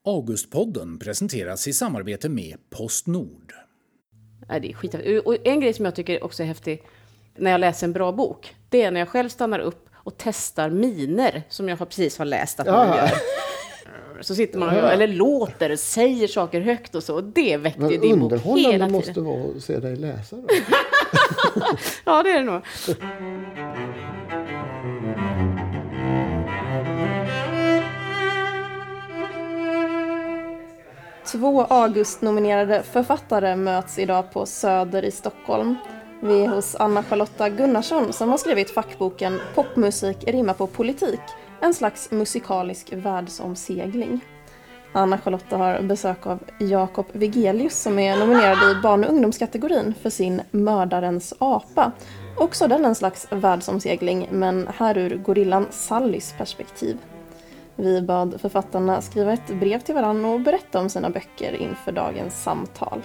Augustpodden presenteras i samarbete med Postnord. Ja, det är skithäftigt. Och en grej som jag tycker också är häftig när jag läser en bra bok, det är när jag själv stannar upp och testar miner som jag precis har läst att man gör. Så sitter man och eller låter, säger saker högt och så. Och det väcker ju din bok hela tiden. Underhållande måste vara att se dig läsa. Ja, det är det nog. Två August-nominerade författare möts idag på Söder i Stockholm. Vi är hos Anna-Charlotta Gunnarsson som har skrivit fackboken Popmusik rimmar på politik. En slags musikalisk världsomsegling. Anna-Charlotta har besök av Jakob Vigelius som är nominerad i barn- och ungdomskategorin för sin Mördarens apa. Också den en slags världsomsegling, men här ur gorillan Sallys perspektiv. Vi bad författarna skriva ett brev till varandra och berätta om sina böcker inför dagens samtal.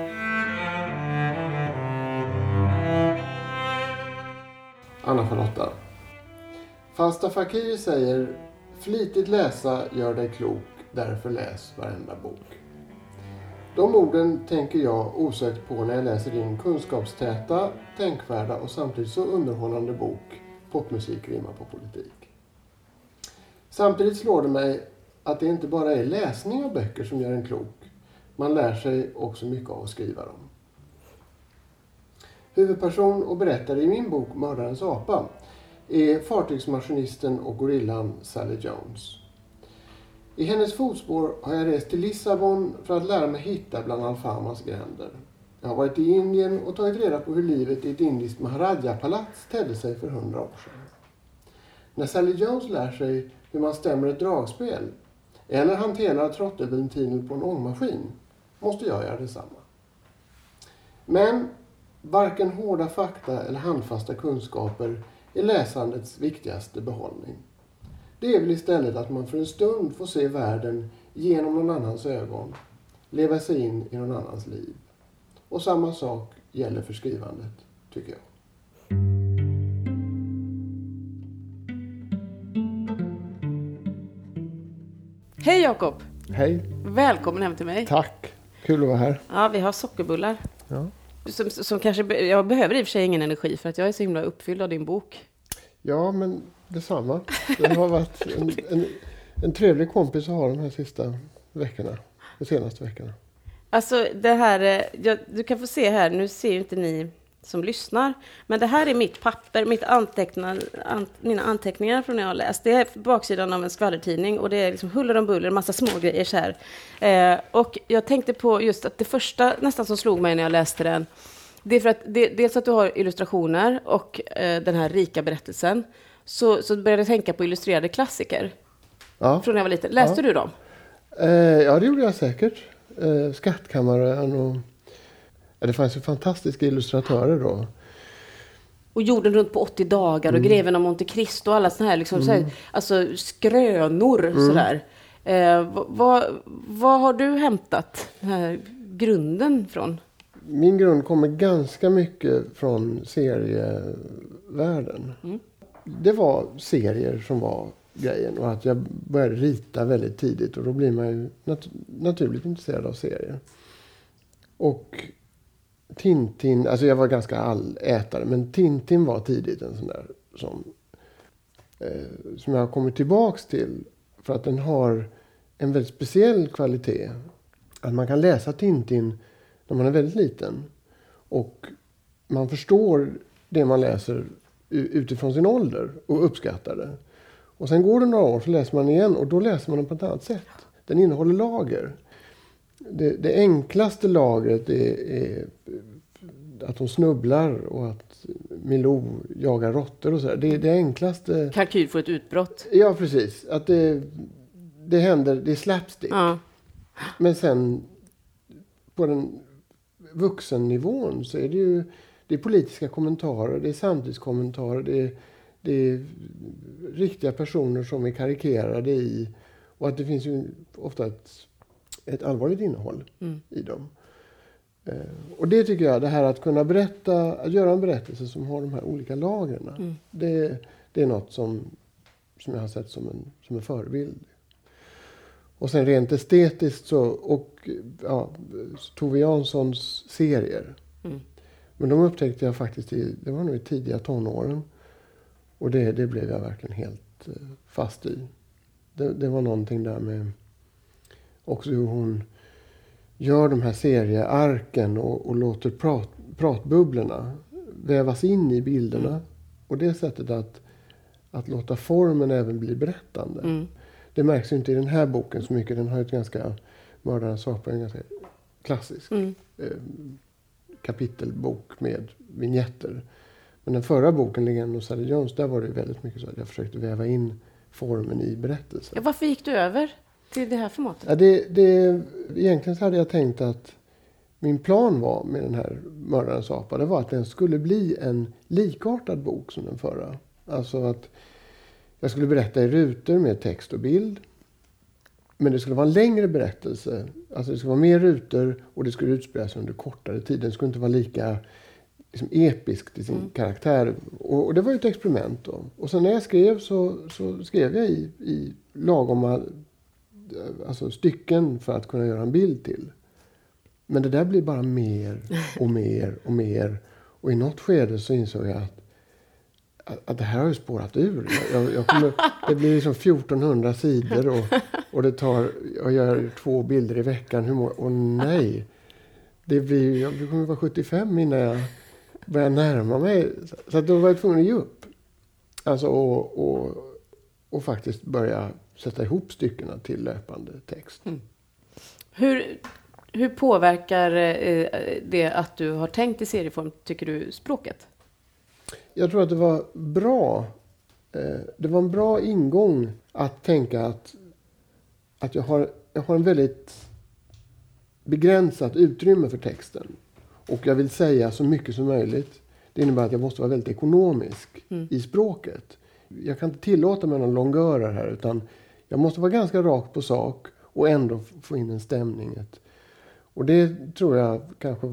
Anna-Charlotta. Fasta Fakir säger: flitigt läsa gör dig klok, därför läs varenda bok. De orden tänker jag osökt på när jag läser din kunskapstäta, tänkvärda och samtidigt så underhållande bok Popmusik rimmar på politik. Samtidigt slår det mig att det inte bara är läsning av böcker som gör en klok. Man lär sig också mycket av att skriva dem. Huvudperson och berättare i min bok Mördarens apa är fartygsmaskinisten och gorillan Sally Jones. I hennes fotspår har jag rest till Lissabon för att lära mig hitta bland Alfamas gränder. Jag har varit i Indien och tagit reda på hur livet i ett indiskt Maharaja-palats tedde sig för 100 år sedan. När Sally Jones lär sig hur man stämmer ett dragspel eller hanterar trottelventiner på en ångmaskin måste jag göra detsamma. Men varken hårda fakta eller handfasta kunskaper är läsandets viktigaste behållning. Det är väl istället att man för en stund får se världen genom någon annans ögon, leva sig in i någon annans liv. Och samma sak gäller för skrivandet, tycker jag. Hej Jakob! Hej! Välkommen hem till mig. Tack! Kul att vara här. Ja, vi har sockerbullar. Ja. Som kanske, jag behöver i och för sig ingen energi för att jag är så himla uppfylld av din bok. Ja, men detsamma. Det har varit en trevlig kompis att ha de här de senaste veckorna. Alltså det här, du kan få se här, nu ser ju inte ni som lyssnar, men det här är mitt papper, mina anteckningar från när jag har läst. Det är baksidan av en skvallertidning och det är liksom huller om buller, en massa små grejer så här. Och jag tänkte på just att det första nästan som slog mig när jag läste den, det är för att dels att du har illustrationer och den här rika berättelsen, så började jag tänka på illustrerade klassiker. Ja. Från när jag var liten. Läste du dem? Ja, det gjorde jag säkert. Skattkammaren och... Ja, det fanns ju fantastiska illustratörer då. Och Jorden runt på 80 dagar och Greven av Monte Cristo och alla såna här, liksom, så här alltså skrönor. Sådär. Vad har du hämtat den här grunden från? Min grund kommer ganska mycket från serievärlden. Det var serier som var grejen och att jag började rita väldigt tidigt och då blir man ju naturligt intresserad av serier. Och Tintin, alltså jag var ganska allätare, men Tintin var tidigt en sån där som jag har kommit tillbaks till för att den har en väldigt speciell kvalitet. Att man kan läsa Tintin när man är väldigt liten och man förstår det man läser utifrån sin ålder och uppskattar det. Och sen går det några år så läser man igen och då läser man den på ett annat sätt. Den innehåller lager. Det enklaste lagret är att de snubblar och att Milou jagar råttor och sådär. Det enklaste... Kalkyl för ett utbrott. Ja, precis. Att det händer, det är slapstick. Ja. Men sen på den vuxennivån så är det är politiska kommentarer, det är samtidskommentarer, det är riktiga personer som är karikerade i, och att det finns ju ofta ett allvarligt innehåll i dem. Och det tycker jag, det här att kunna att göra en berättelse som har de här olika lagren. Det är något som jag har sett som en förebild. Och sen rent estetiskt så, och Tove Janssons serier. Men de upptäckte jag faktiskt det var nog i tidiga tonåren. Och det blev jag verkligen helt fast i. Det var någonting där med också hur hon gör de här seriearken och låter pratbubblorna vävas in i bilderna. Och det sättet att låta formen även bli berättande. Det märks ju inte i den här boken så mycket. Den har ett ganska, Mördarens apa, en ganska klassisk kapitelbok med vignetter. Men den förra boken, Legenden om Sally Jones, där var det väldigt mycket så att jag försökte väva in formen i berättelsen. Ja, varför gick du över till det här formatet? Ja, egentligen så hade jag tänkt att min plan var med den här Mördarens apa, det var att den skulle bli en likartad bok som den förra. Alltså att jag skulle berätta i rutor med text och bild. Men det skulle vara en längre berättelse. Alltså det skulle vara mer rutor och det skulle utspelas under kortare tid. Den skulle inte vara lika liksom, episk till sin karaktär. Och det var ju ett experiment då. Och sen när jag skrev så skrev jag i lagom alltså stycken för att kunna göra en bild till. Men det där blir bara mer och mer och mer. Och i något skede så insåg jag att det här har ju spårat ur. Det blir liksom 1400 sidor och det jag gör 2 bilder i veckan. Och nej, jag kommer vara 75 innan jag börjar närma mig. Så då var jag tvungen att ge upp. Alltså och faktiskt börja sätta ihop styckena till löpande text. Hur påverkar det att du har tänkt i serieform, tycker du, språket? Jag tror att det var bra. Det var en bra ingång att tänka att jag har en väldigt begränsat utrymme för texten. Och jag vill säga så mycket som möjligt. Det innebär att jag måste vara väldigt ekonomisk i språket. Jag kan inte tillåta mig någon långörer här, utan jag måste vara ganska rak på sak och ändå få in en stämning. Och det tror jag kanske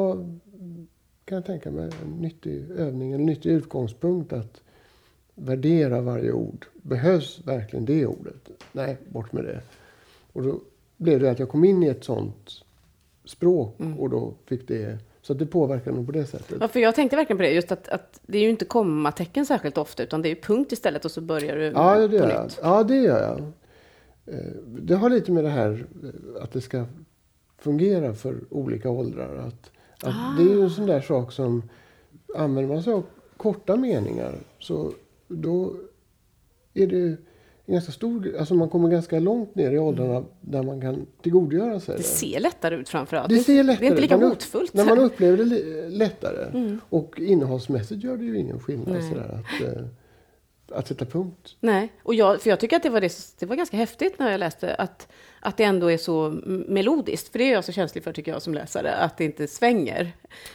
kan jag tänka mig en nyttig övning, en nyttig utgångspunkt att värdera varje ord. Behövs verkligen det ordet? Nej, bort med det. Och då blev det att jag kom in i ett sånt språk och då fick det, så att det påverkar nog på det sättet. Ja, för jag tänkte verkligen på det, just att det är ju inte kommatecken särskilt ofta, utan det är punkt istället och så börjar du på nytt. Ja, det gör jag. Det har lite med det här att det ska fungera för olika åldrar. Att det är ju en sån där sak som använder man sig av korta meningar, så då är det ganska stor, alltså man kommer ganska långt ner i åldrarna där man kan tillgodogöra sig det. Det ser lättare ut framförallt. Det ser lättare. Det är inte lika hotfullt. När man upplever det lättare. Och innehållsmässigt gör det ju ingen skillnad sådär, att sätta punkt. Nej, och jag tycker att det var ganska häftigt när jag läste att det ändå är så melodiskt. För det är jag så känslig för, tycker jag, som läsare, att det inte svänger.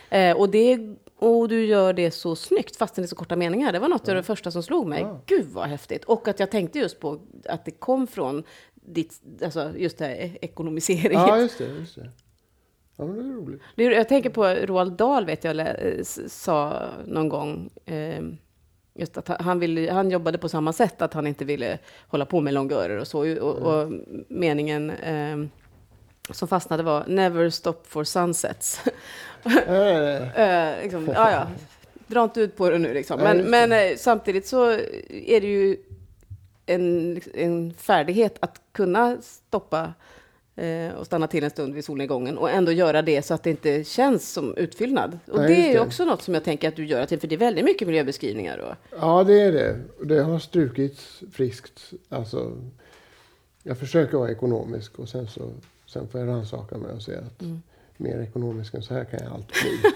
Och du gör det så snyggt, fastän det är så korta meningar. Det var något av det första som slog mig. Ja. Gud vad häftigt. Och att jag tänkte just på att det kom från alltså just det här ekonomiseringen. Ja, just det. Ja, men det är roligt. Jag tänker på Roald Dahl, vet jag, sa någon gång... Just att han jobbade på samma sätt, att han inte ville hålla på med långörer och så. Och meningen som fastnade var never stop for sunsets. Liksom, dra inte ut på det nu. Liksom. Men samtidigt så är det ju en färdighet att kunna stoppa och stanna till en stund vid solnedgången och ändå göra det så att det inte känns som utfyllnad. Och det är ju också något som jag tänker att du gör, för det är väldigt mycket miljöbeskrivningar. Ja, det är det. Det har strukits friskt. Alltså, jag försöker vara ekonomisk och sen får jag rannsaka mig och se att mer ekonomisk än så här kan jag alltid bli.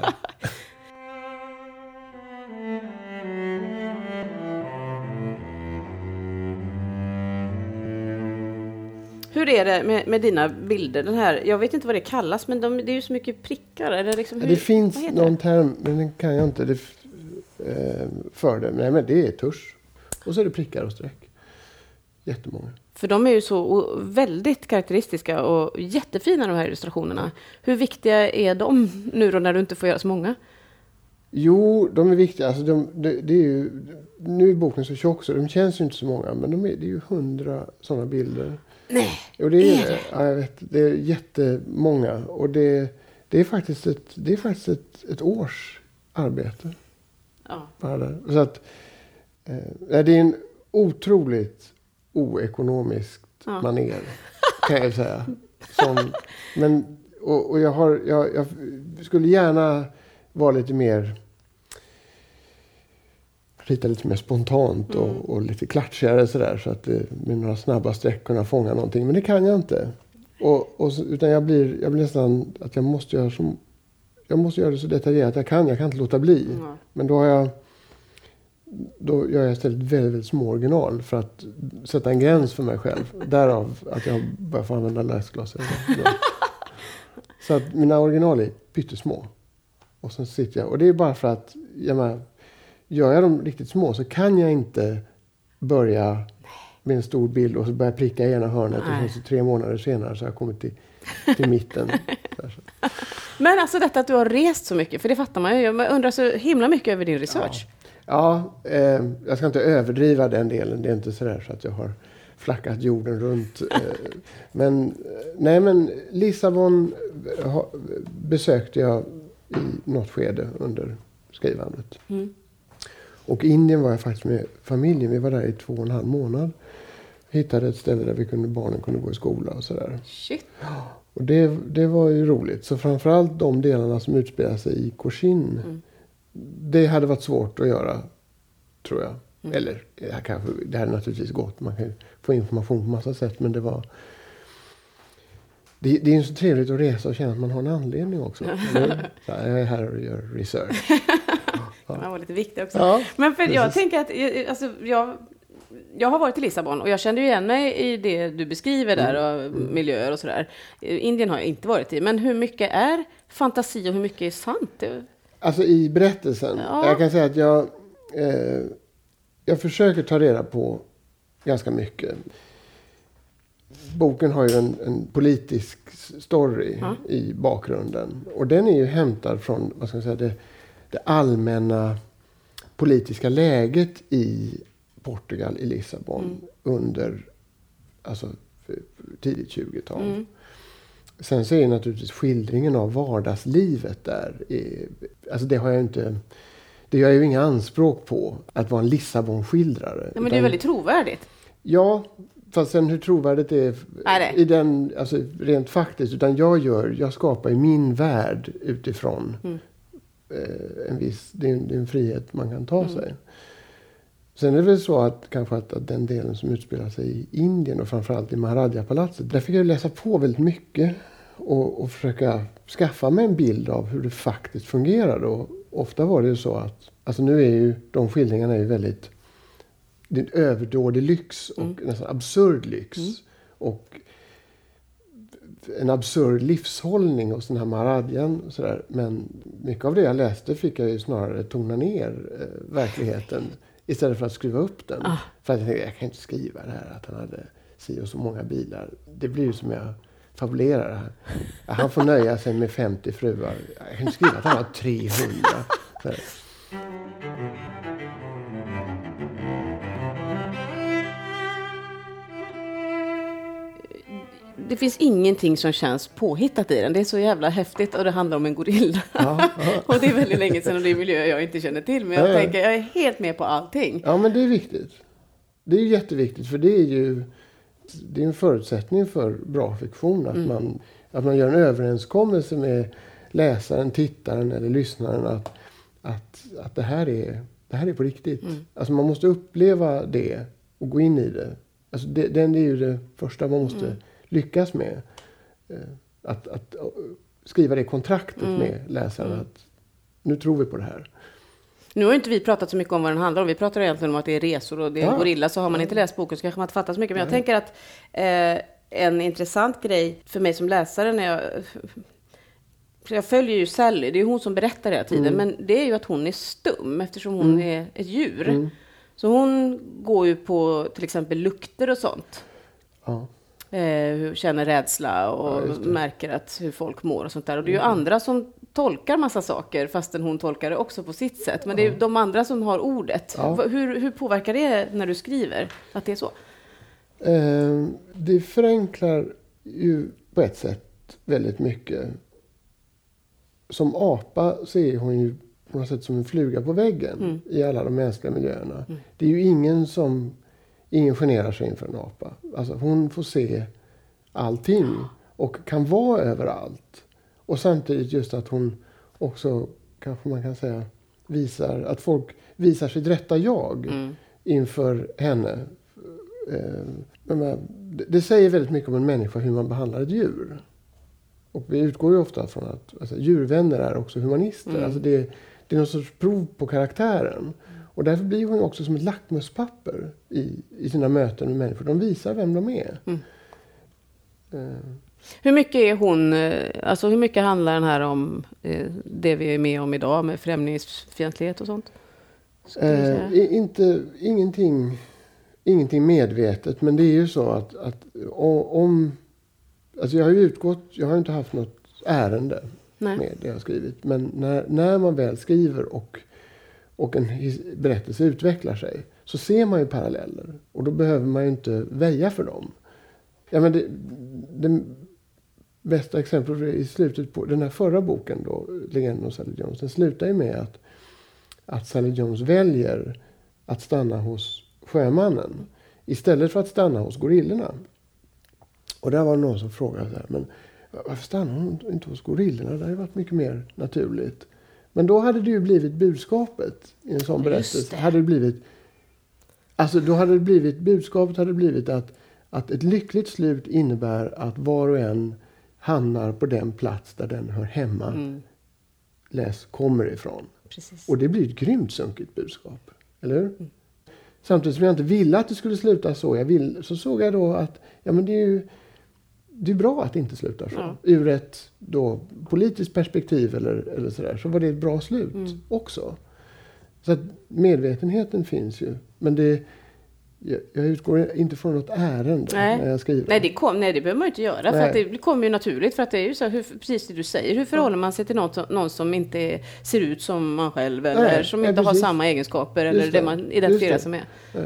Hur är det med dina bilder? Den här, jag vet inte vad det kallas, men det är ju så mycket prickar. Eller liksom, det finns någon term, men den kan jag inte för det. Nej, men det är tusch. Och så är det prickar och streck. Jättemånga. För de är ju så väldigt karaktäristiska och jättefina, de här illustrationerna. Hur viktiga är de nu då när du inte får göra så många? Jo, de är viktiga. Alltså det är ju, nu är boken så tjock så de känns ju inte så många. Men det är ju 100 sådana bilder. Nej, Jo, det är det. Ja, jag vet. Det är jättemånga. Och det är faktiskt ett års arbete. Ja. Bara där. Så att, det är en otroligt oekonomiskt manér, kan jag säga. Och jag skulle gärna vara lite mer, rita lite mer spontant och lite klatschigare sådär, så att med några snabba streck kunna fånga någonting. Men det kan jag inte. Utan jag blir nästan att jag måste göra det så detaljerat jag kan. Jag kan inte låta bli. Mm. Men då gör jag istället väldigt, väldigt små original för att sätta en gräns för mig själv. Därav att jag börjar få använda läsglasögon. Så att mina original är pyttesmå. Och sen sitter jag. Och det är bara för att gör jag dem riktigt små så kan jag inte börja med en stor bild och så börja pricka i ena hörnet. Och sen så 3 månader senare så har jag kommit till mitten. Men alltså detta att du har rest så mycket, för det fattar man ju. Jag undrar så himla mycket över din research. Ja, jag ska inte överdriva den delen. Det är inte sådär så att jag har flackat jorden runt. Men Lissabon besökte jag i något skede under skrivandet. Mm. Och Indien var jag faktiskt med familjen. Vi var där i 2,5 månader. Hittade ett ställe där barnen kunde gå i skola och sådär. Shit. Och det var ju roligt. Så framförallt de delarna som utspelar sig i Cochin. Mm. Det hade varit svårt att göra, tror jag. Mm. Eller det hade naturligtvis gått. Man kan ju få information på massa sätt. Men det var... Det är ju så trevligt att resa och känna att man har en anledning också. Så jag är här och gör research. Ja. Det var lite viktigt också. Ja, men för jag tänker att jag har varit i Lissabon och jag kände ju igen mig i det du beskriver där och miljöer och sådär. Indien har jag inte varit i. Men hur mycket är fantasi och hur mycket är sant? Alltså i berättelsen. Ja. Jag kan säga att jag försöker ta reda på ganska mycket. Boken har ju en politisk story i bakgrunden. Och den är ju hämtad från, vad ska man säga, det allmänna politiska läget i Portugal, i Lissabon under tidigt 20-tal. Mm. Sen så är naturligtvis skildringen av vardagslivet där. Det gör jag ju inga anspråk på att vara en Lissabon-skildrare. Ja, men det är väldigt trovärdigt. Ja, fast sen hur trovärdigt det är i den, rent faktiskt. Utan jag skapar i min värld utifrån det är en frihet man kan ta sig. Sen är det väl så att kanske att den delen som utspelar sig i Indien och framförallt i Maharaja-palatset, där fick jag läsa på väldigt mycket och försöka skaffa mig en bild av hur det faktiskt fungerade. Och ofta var det ju så att, nu är ju de skildringarna är väldigt, det är en överdådig lyx och nästan absurd lyx. Och en absurd livshållning hos den här Maharajan och sådär. Men mycket av det jag läste fick jag ju snarare tona ner verkligheten istället för att skruva upp den. För att jag tänkte, jag kan inte skriva det här att han hade si och så många bilar. Det blir ju som jag fabulerar det här. Han får nöja sig med 50 fruar. Jag kan inte skriva att han har 300. Sådär. Det finns ingenting som känns påhittat i den. Det är så jävla häftigt och det handlar om en gorilla. Ja. Och det är väldigt länge sedan och det är miljöer jag inte känner till. Men jag tänker, jag är helt med på allting. Ja, men det är viktigt. Det är jätteviktigt för det är en förutsättning för bra fiktion. Att man gör en överenskommelse med läsaren, tittaren eller lyssnaren att det här är på riktigt. Alltså man måste uppleva det och gå in i det. Alltså det är ju det första man måste lyckas med. Att skriva det kontraktet med läsaren att nu tror vi på det här. Nu har inte vi pratat så mycket om vad den handlar om. Vi pratar egentligen om att det är resor och det är en gorilla. Så har man inte läst boken så kanske man inte fattar så mycket. Men jag tänker att en intressant grej för mig som läsare när jag följer ju Sally. Det är hon som berättar hela tiden. Men det är ju att hon är stum eftersom hon är ett djur. Så hon går ju på till exempel lukter och sånt. Ja. Känner rädsla och märker hur folk mår och sånt där. Och det är ju andra som tolkar massa saker fastän hon tolkar det också på sitt sätt. Men det är de andra som har ordet. Ja. Hur påverkar det när du skriver att det är så? Det förenklar ju på ett sätt väldigt mycket. Som apa så är hon ju på något sätt som en fluga på väggen i alla de mänskliga miljöerna. Det är ju ingen generar sig inför en apa. Alltså hon får se allting och kan vara överallt. Och samtidigt just att hon också, kanske man kan säga, att folk visar sitt rätta jag inför henne. Det säger väldigt mycket om en människa hur man behandlar ett djur. Och vi utgår ju ofta från att djurvänner är också humanister. Alltså det är någon sorts prov på karaktären. Och därför blir hon också som ett lackmuspapper i sina möten med människor. De visar vem de är. Hur mycket är hon, alltså hur mycket handlar den här om det vi är med om idag med främlingsfientlighet och sånt? Ingenting medvetet, men det är ju så att alltså jag har inte haft något ärende med det jag har skrivit, men när man väl skriver och en berättelse utvecklar sig så ser man ju paralleller och då behöver man ju inte väja för dem. Ja, men det bästa exemplet i slutet på den här förra boken då, Legenden om Sally Jones, den slutar ju med att Sally Jones väljer att stanna hos sjömannen istället för att stanna hos gorillorna. Och där var det någon som frågade så här, men varför stannar hon inte hos gorillorna? Det hade varit mycket mer naturligt. Men då hade det ju blivit budskapet i en sån berättelse. Budskapet hade blivit att ett lyckligt slut innebär att var och en hamnar på den plats där den hör hemma. Kommer ifrån. Precis. Och det blir ett grymt sunkigt budskap. Eller hur? Samtidigt som jag inte ville att det skulle sluta så. Så såg jag då att men det är bra att det inte slutar så. Ja. Ur ett då politiskt perspektiv eller sådär, så var det ett bra slut också. Så att medvetenheten finns ju. Men jag utgår inte från något ärende när jag skriver. Nej, det behöver man inte göra. För att det kommer ju naturligt. För att det är ju så precis det du säger. Hur förhåller man sig till någon som inte ser ut som man själv eller som inte har samma egenskaper eller det man identifierar sig med. Nej.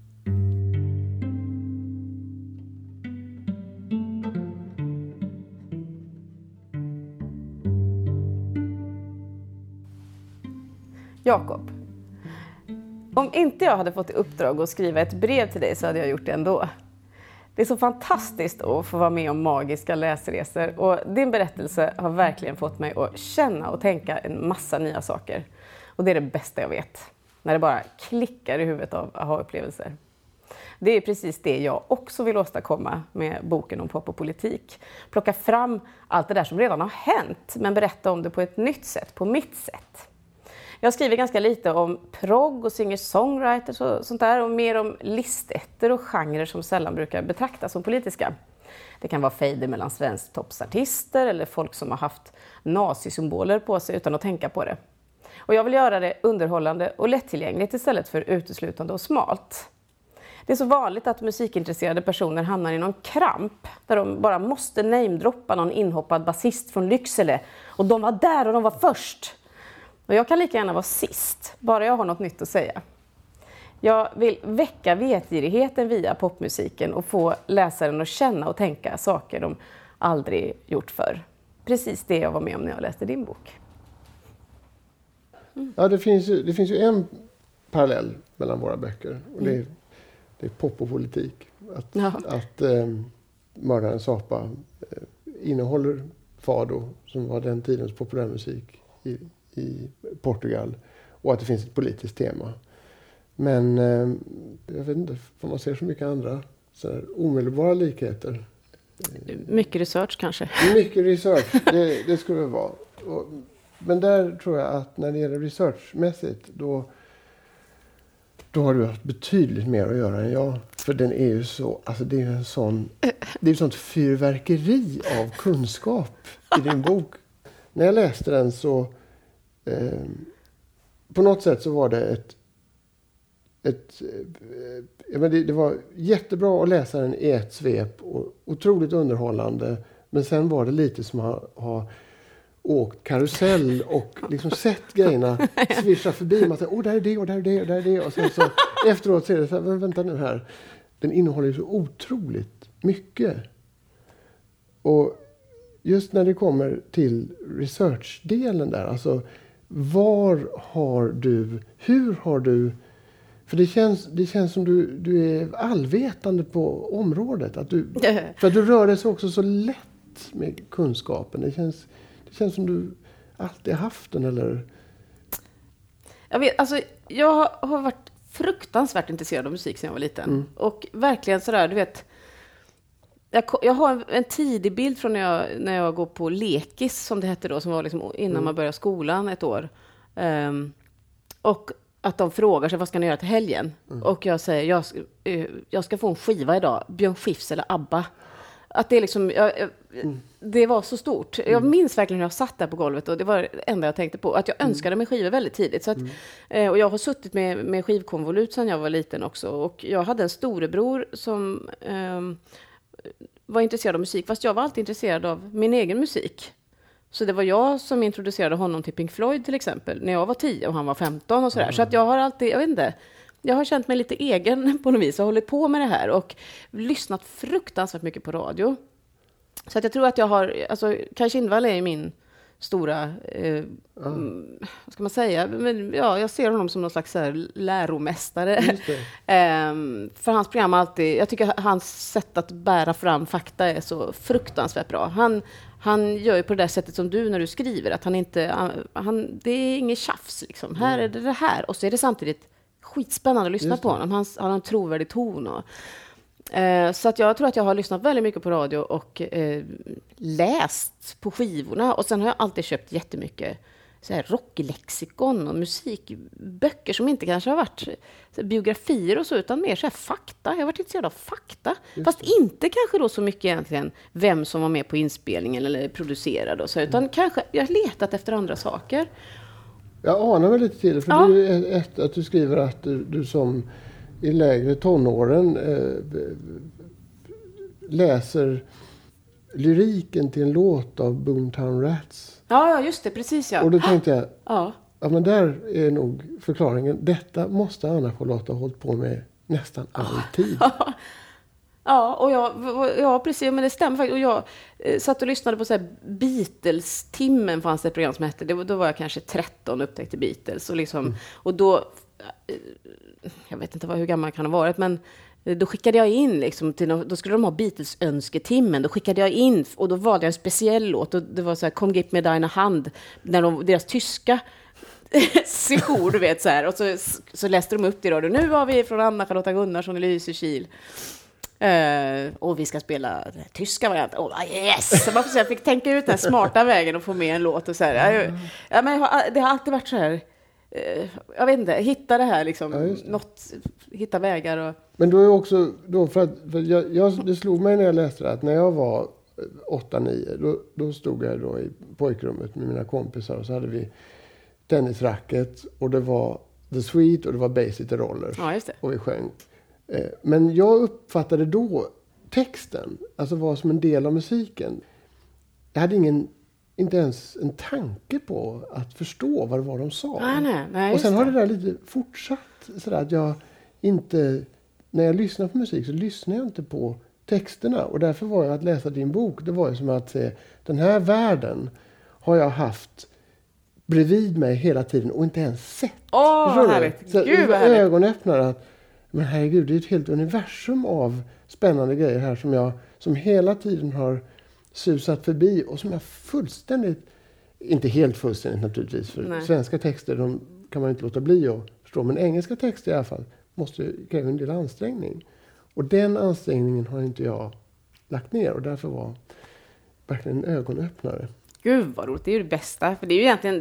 Jakob, om inte jag hade fått i uppdrag att skriva ett brev till dig så hade jag gjort det ändå. Det är så fantastiskt att få vara med om magiska läsresor och din berättelse har verkligen fått mig att känna och tänka en massa nya saker. Och det är det bästa jag vet, när det bara klickar i huvudet av aha-upplevelser. Det är precis det jag också vill åstadkomma med boken om pop och politik. Plocka fram allt det där som redan har hänt men berätta om det på ett nytt sätt, på mitt sätt. Jag skriver ganska lite om progg och singer-songwriters och sånt där och mer om listetter och genrer som sällan brukar betraktas som politiska. Det kan vara fejder mellan svensk toppsartister eller folk som har haft nazisymboler på sig utan att tänka på det. Och jag vill göra det underhållande och lättillgängligt istället för uteslutande och smalt. Det är så vanligt att musikintresserade personer hamnar i någon kramp där de bara måste namedroppa någon inhoppad basist från Lycksele och de var där och de var först. Och jag kan lika gärna vara sist, bara jag har något nytt att säga. Jag vill väcka vetgirigheten via popmusiken och få läsaren att känna och tänka saker de aldrig gjort förr. Precis det jag var med om när jag läste din bok. Ja, det finns ju en parallell mellan våra böcker. Och det är pop och politik. Att Mördarens apa innehåller fado, som var den tidens populärmusik i Portugal, och att det finns ett politiskt tema. Men jag vet inte om man ser så mycket andra så här omedelbara likheter. Mycket research kanske. Mycket research, det skulle det vara. Men där tror jag att när det gäller researchmässigt då har du haft betydligt mer att göra än jag. För den är ju så, alltså det är ett sånt fyrverkeri av kunskap i din bok. När jag läste den så på något sätt så var det det var jättebra att läsa den i ett svep och otroligt underhållande, men sen var det lite som att ha åkt karusell och liksom sett grejerna svischa förbi. Man säger, där är det och där är det och där är det. Och sen så efteråt ser det så här, vänta nu här. den innehåller så otroligt mycket. Och just när det kommer till researchdelen där, alltså hur har du, för det känns som du är allvetande på området, för att du rör dig så också så lätt med kunskapen. Det känns som du alltid haft den, eller? Jag har varit fruktansvärt intresserad av musik sedan jag var liten. Och verkligen sådär, du vet, jag har en tidig bild från när jag går på lekis, som det hette då, som var liksom innan man började skolan ett år. Och att de frågar sig, vad ska ni göra till helgen? Och jag säger, jag ska få en skiva idag, Björn Skifs eller ABBA. Att det är liksom, det var så stort. Jag minns verkligen hur jag satt där på golvet, och det var det enda jag tänkte på. Att jag önskade mig skivor väldigt tidigt. Så att, och jag har suttit med skivkonvolut sedan jag var liten också. Och jag hade en storebror som var intresserad av musik, fast jag var alltid intresserad av min egen musik. Så det var jag som introducerade honom till Pink Floyd till exempel, när jag var 10 och han var 15 och sådär. Så att jag har alltid, jag vet inte, jag har känt mig lite egen på något vis och hållit på med det här och lyssnat fruktansvärt mycket på radio. Så att jag tror att jag har, alltså Kaj Kindvall är min stora, vad ska man säga, men ja, jag ser honom som någon slags så här läromästare. För hans program alltid, jag tycker hans sätt att bära fram fakta är så fruktansvärt bra. Han gör ju på det där sättet som du när du skriver, att det är inget tjafs liksom. Här är det här, och så är det samtidigt skitspännande att lyssna på honom. Han har en trovärdig ton. Så att jag tror att jag har lyssnat väldigt mycket på radio och läst på skivorna. Och sen har jag alltid köpt jättemycket så här rocklexikon och musikböcker som inte kanske har varit så här biografier och så, utan mer så här fakta. Jag har varit intresserad av fakta. Fast inte kanske då så mycket egentligen vem som var med på inspelningen eller producerade och så, utan kanske jag har letat efter andra saker. Jag anar väl lite till, för det är ju att du skriver att du som i lägre tonåren läser lyriken till en låt av Boomtown Rats. Ja, just det, precis ja. Och då tänkte jag, ja men där är nog förklaringen. Detta måste Anna-Charlotta ha hållit på med nästan alltid. Ja, och ja, precis, men det stämmer faktiskt. Och jag satt och lyssnade på så här Beatles-timmen, fanns det ett program som hette. Då var jag kanske 13 och upptäckte Beatles. Och, liksom, och då, jag vet inte hur gammal jag kan ha varit, men då skickade jag in, liksom, då skulle de ha Beatles-önsketimmen. Då skickade jag in, och då valde jag en speciell låt. Och det var så här, Kom gib med dina hand, när deras tyska session, du vet så här. Och så läste de upp det då. Nu var vi från Anna-Charlotta Gunnarsson i Lysekil. Och vi ska spela tyska variant. Yes! Så jag fick tänka ut den smarta vägen och få med en låt och så här. Men det har alltid varit så här, jag vet inte, hitta det här liksom, hitta vägar och... Men då är också då för det slog mig när jag läste det att när jag var 8-9 då stod jag då i pojkrummet med mina kompisar, och så hade vi tennisracket, och det var The Sweet och det var Bay City Rollers. Ja, just det. Och vi sjöng. Men jag uppfattade då texten, alltså var som en del av musiken. Jag hade inte ens en tanke på att förstå vad det var de sa. Nej, och sen har det där lite fortsatt sådär att jag inte, när jag lyssnar på musik så lyssnar jag inte på texterna. Och därför var jag att läsa din bok, det var ju som att se, den här världen har jag haft bredvid mig hela tiden och inte ens sett. Härligt. Så Gud, vad härligt. ögonöppnare att, men herregud, det är ett helt universum av spännande grejer här som hela tiden har susat förbi, och som jag fullständigt, inte helt fullständigt naturligtvis, för svenska texter de kan man inte låta bli att förstå, men engelska texter i alla fall måste kräva en del ansträngning, och den ansträngningen har inte jag lagt ner, och därför var verkligen en ögonöppnare. Gud vad roligt, det är ju det bästa, för det är ju egentligen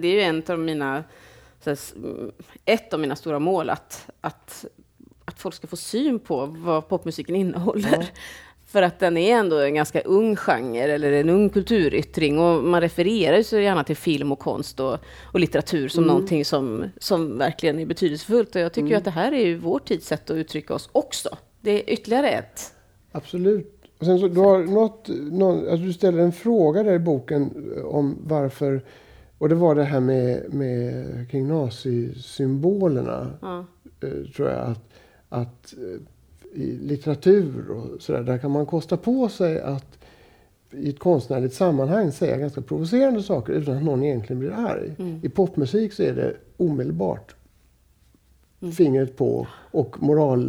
ett av mina stora mål att folk ska få syn på vad popmusiken innehåller. Ja. För att den är ändå en ganska ung genre, eller en ung kulturyttring, och man refererar ju så gärna till film och konst och litteratur som någonting som verkligen är betydelsefullt, och jag tycker ju att det här är ju vår tids sätt att uttrycka oss också. Det är ytterligare ett. Absolut. Och sen så du har alltså du ställer en fråga där i boken om varför, och det var det här med kring nazisymbolerna, tror jag, att i litteratur och sådär, där kan man kosta på sig att i ett konstnärligt sammanhang säga ganska provocerande saker utan att någon egentligen blir arg. I popmusik så är det omedelbart fingret på och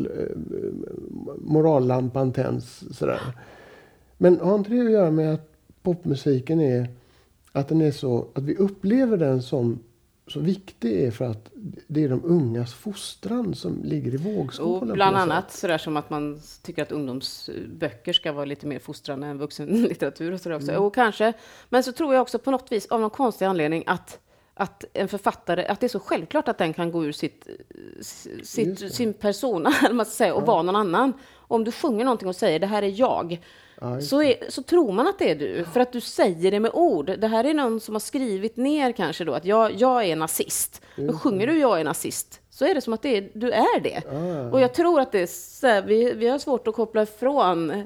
morallampan tänds sådär. Men har inte det att göra med att popmusiken är att den är så, att vi upplever den som så viktig är för att det är de ungas fostran som ligger i vågskålen. Och bland annat sådär som att man tycker att ungdomsböcker ska vara lite mer fostrande än vuxenlitteratur och sådär också. Och kanske, men så tror jag också på något vis av någon konstig anledning att en författare, att det är så självklart att den kan gå ur sin persona eller man ska säga, och vara någon annan. Om du sjunger någonting och säger det här är jag, så tror man att det är du, för att du säger det med ord. Det här är någon som har skrivit ner kanske då att jag är nazist. Men sjunger du jag är nazist, så är det som att du är det. Och jag tror att det är så här, vi har svårt att koppla ifrån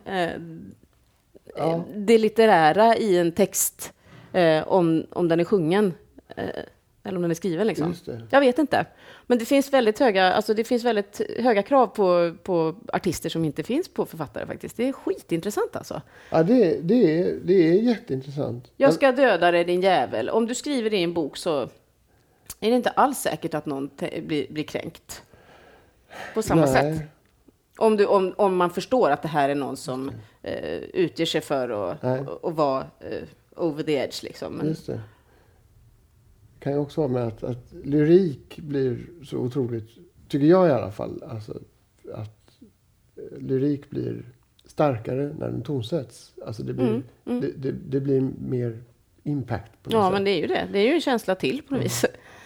det litterära i en text om den är sjungen. Eller om den är skriven liksom. Jag vet inte. Men det finns väldigt höga krav på artister som inte finns på författare faktiskt. Det är skitintressant alltså. Ja, det är jätteintressant. Jag ska döda dig din jävel. Om du skriver det i en bok så är det inte alls säkert att någon blir kränkt. På samma sätt. Om man förstår att det här är någon som utger sig för att vara over the edge liksom. Men, just det. Kan ju också vara med att lyrik blir så otroligt, tycker jag i alla fall, alltså att lyrik blir starkare när den tonsätts. Alltså det blir, det blir mer impact på något sätt. Men det är ju det. Det är ju en känsla till på något vis.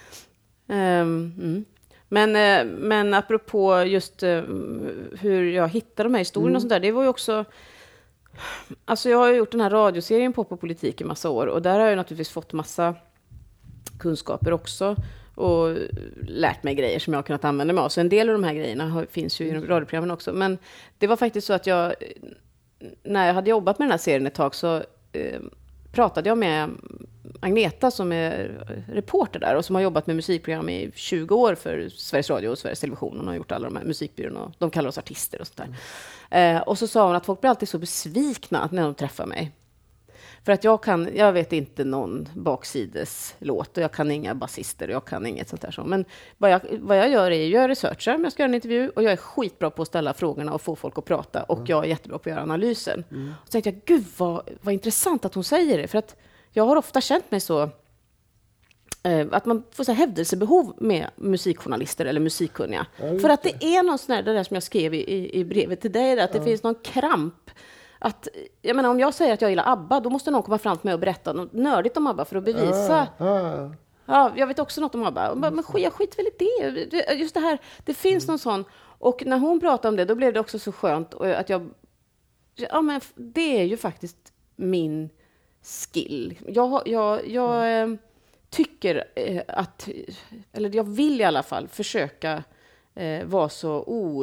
Men apropå just hur jag hittar de här historierna och sånt där, det var ju också... Alltså jag har ju gjort den här radioserien Pop och politik i massa år, och där har jag naturligtvis fått massa kunskaper också och lärt mig grejer som jag har kunnat använda mig av. Så en del av de här grejerna finns ju i radioprogrammen också. Men det var faktiskt så att när jag hade jobbat med den här serien ett tag så pratade jag med Agneta som är reporter där och som har jobbat med musikprogram i 20 år för Sveriges Radio och Sveriges Television. Hon har gjort alla de här musikbyråerna och de kallar oss artister och sånt där. Och så sa hon att folk blir alltid så besvikna när de träffar mig. För att jag vet inte någon baksideslåt och jag kan inga basister och jag kan inget sånt där. Så. Men vad jag gör är att jag researchar om jag ska göra en intervju och jag är skitbra på att ställa frågorna och få folk att prata och jag är jättebra på att göra analysen. Och så tänkte jag, gud vad intressant att hon säger det, för att jag har ofta känt mig så att man får så här hävdelsebehov med musikjournalister eller musikkunniga. För att det är någon sån där, det där som jag skrev i brevet till dig, att det finns någon kramp. Att, jag menar, om jag säger att jag gillar ABBA, då måste någon komma fram till mig och berätta något nördigt om ABBA för att bevisa. Ja, jag vet också något om ABBA. Men jag skit väl i det. Just det här, det finns någon sån. Och när hon pratade om det, då blev det också så skönt att men det är ju faktiskt min skill. Jag tycker att, eller jag vill i alla fall försöka vara så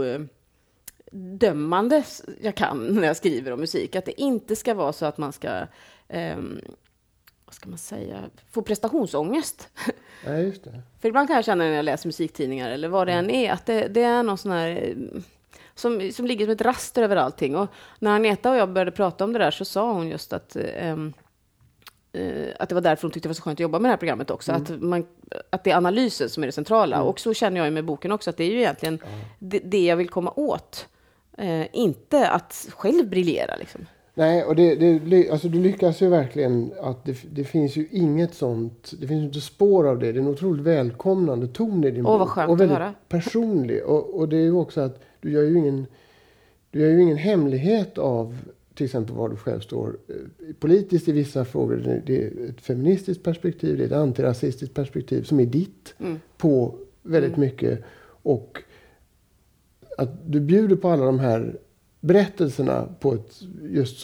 dömande jag kan när jag skriver om musik. Att det inte ska vara så att man ska vad ska man säga, få prestationsångest. Ja, just det. För ibland kan jag känna när jag läser musiktidningar eller vad det än är, att det är någon sån här som ligger som ett raster över allting. Och när Agneta och jag började prata om det där så sa hon just att det var därför hon tyckte det var så skönt att jobba med det här programmet också. Att det är analysen som är det centrala. Och så känner jag ju med boken också att det är ju egentligen det jag vill komma åt. Inte att själv briljera liksom. Nej, och alltså du lyckas ju verkligen att det finns ju inget sånt, det finns ju inte spår av det. Det är en otroligt välkomnande ton i din bok. Vad skönt och väldigt att höra. Personlig. Och det är ju också att du gör ju ingen hemlighet av till exempel var du själv står politiskt i vissa frågor. Det är ett feministiskt perspektiv, det är ett antirasistiskt perspektiv som är ditt på väldigt mycket. Och att du bjuder på alla de här berättelserna på ett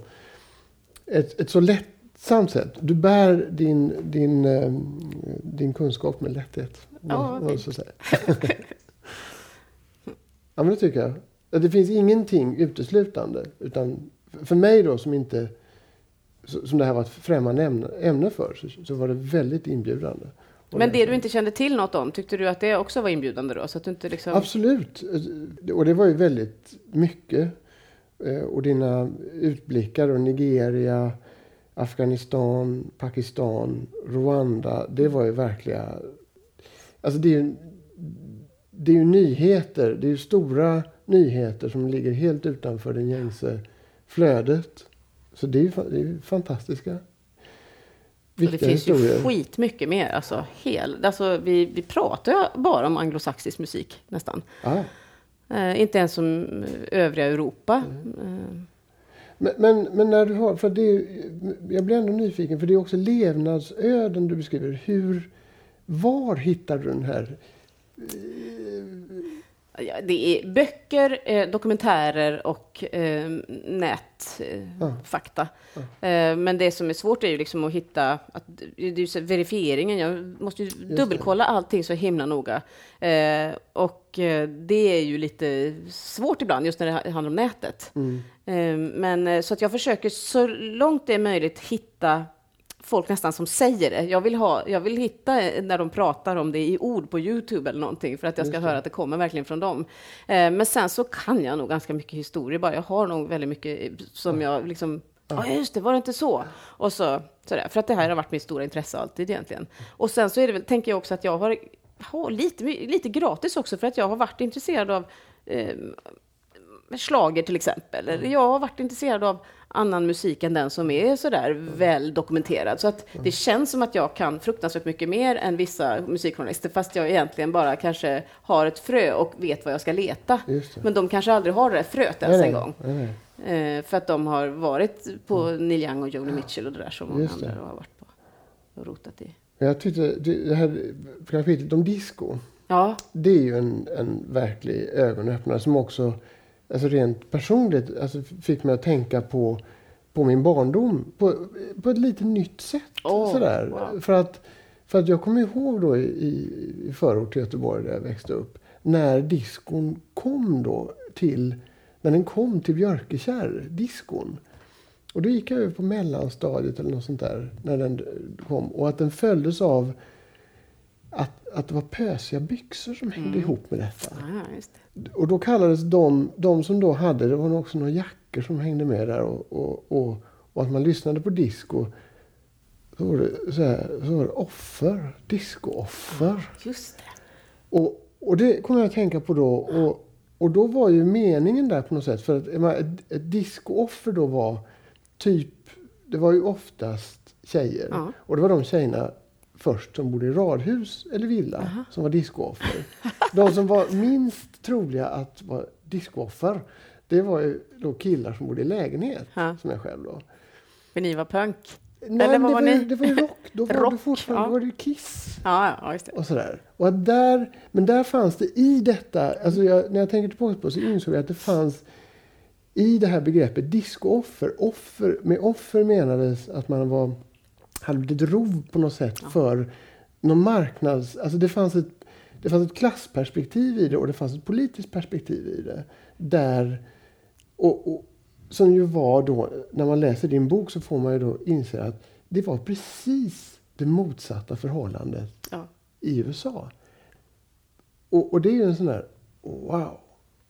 så lättsamt sätt. Du bär din kunskap med lätthet. Så säga. Ja, men det tycker jag. Att det finns ingenting uteslutande. Utan för mig då som det här var ett främmande ämne för, så var det väldigt inbjudande. Men det du inte kände till något om, tyckte du att det också var inbjudande då? Så att du inte liksom... Absolut. Och det var ju väldigt mycket. Och dina utblickar och Nigeria, Afghanistan, Pakistan, Rwanda. Det var ju verkliga... Alltså det är ju nyheter. Det är ju stora nyheter som ligger helt utanför den gängse flödet. Så det är ju fantastiska. Det finns historier. Ju skitmycket mer. Alltså, vi pratar ju bara om anglosaxisk musik nästan. Inte ens som övriga Europa. Men när du har... För jag blir ändå nyfiken. För det är också levnadsöden du beskriver. Var hittar du den här... Det är böcker, dokumentärer och nätfakta. Men det som är svårt är ju liksom att hitta verifieringen. Jag måste ju dubbelkolla allting så himla noga. Och det är ju lite svårt ibland just när det handlar om nätet. Men så att jag försöker så långt det är möjligt hitta folk nästan som säger det. Jag vill hitta när de pratar om det i ord på YouTube eller någonting för att jag ska höra att det kommer verkligen från dem. Men sen så kan jag nog ganska mycket historia bara. Jag har nog väldigt mycket som jag liksom... just det, var det inte så? Och sådär. För att det här har varit mitt stora intresse alltid egentligen. Och sen så är det väl, tänker jag också att jag har lite gratis också för att jag har varit intresserad av schlager till exempel. Eller jag har varit intresserad av annan musik än den som är sådär väl dokumenterad. Så att det känns som att jag kan fruktansvärt mycket mer än vissa musikjournalister fast jag egentligen bara kanske har ett frö och vet vad jag ska leta. Men de kanske aldrig har det där fröet ens en gång. För att de har varit på Neil Young och Joni Mitchell och det där som många andra har varit på och rotat i. Jag tyckte det här kapitlet om disco. Det är ju en verklig ögonöppnare som också alltså rent personligt alltså fick mig att tänka på min barndom på ett lite nytt sätt. Sådär. Wow. För att jag kommer ihåg då i förort till Göteborg där jag växte upp när diskon kom då när den kom till Björkekärr, diskon. Och då gick jag över på mellanstadiet eller något sånt där när den kom. Och att den följdes av att det var pösiga byxor som hängde ihop med detta. Just det. Och då kallades de som då hade, det var nog också några jackor som hängde med där och att man lyssnade på disco så var det offer, disco-offer. Just det. Och det kommer jag att tänka på då och då var ju meningen där på något sätt för att ett disco-offer då var det var ju oftast tjejer och det var de tjejerna först som bodde i radhus eller villa som var discooffer. De som var minst troliga att vara discooffer, det var ju då killar som bodde i lägenhet som jag själv då. För ni var punk? Nej, eller var ni? Det var ju rock. Då var det fortfarande var det ju Kiss. Ja, just det. Och sådär. Och men där fanns det i detta, alltså när jag tänker tillbaka på så insåg jag att det fanns i det här begreppet discooffer. Med offer menades att man hade blivit rov på något sätt för någon marknads... Alltså det fanns ett klassperspektiv i det och det fanns ett politiskt perspektiv i det. Där, och som ju var då, när man läser din bok så får man ju då inse att det var precis det motsatta förhållandet i USA. Och det är ju en sån där, wow,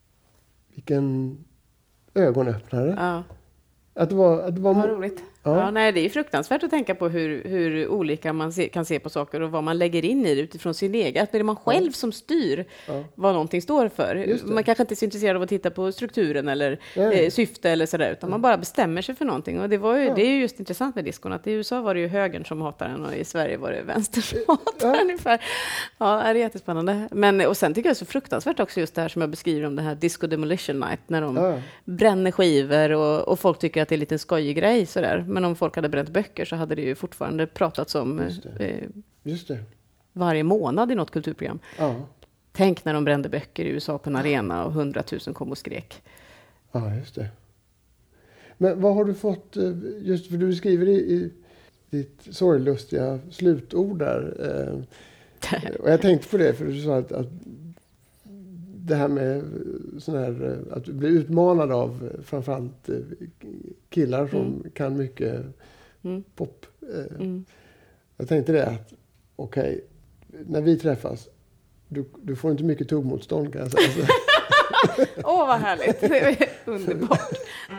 vilken ögonöppnare. Ja. Att det var vad roligt. Ja, nej, det är fruktansvärt att tänka på hur olika man kan se på saker och vad man lägger in i det utifrån sin egen. Att det är man själv som styr vad någonting står för. Man kanske inte är så intresserad av att titta på strukturen eller syfte eller sådär, utan man bara bestämmer sig för någonting. Och det är ju just intressant med diskon, att i USA var det ju högern som hatar den och i Sverige var det vänster som hatar den ungefär. Ja, det är jättespännande. Och sen tycker jag det är så fruktansvärt också just det här som jag beskriver om det här Disco Demolition Night, när de bränner skivor och folk tycker att det är lite skojig grej sådär. Men om folk hade bränt böcker så hade det ju fortfarande pratats om Just det. Varje månad i något kulturprogram. Ja. Tänk när de brände böcker i USA på en arena och 100 000 kom och skrek. Ja, just det. Men vad har du fått, just för du skriver i ditt sorglustiga slutord där. Och jag tänkte på det för du sa att det här med sån här, att du blir utmanad av framförallt killar som kan mycket pop. Jag tänkte det att okej, när vi träffas, du får inte mycket tuggmotstånd kan jag säga. Åh, vad härligt. Det är underbart.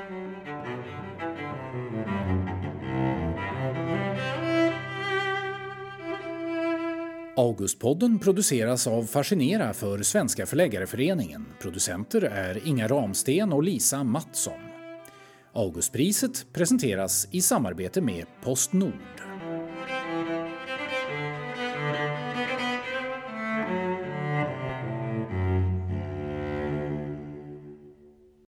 Augustpodden produceras av Fascinera för Svenska förläggareföreningen. Producenter är Inga Ramsten och Lisa Mattsson. Augustpriset presenteras i samarbete med PostNord.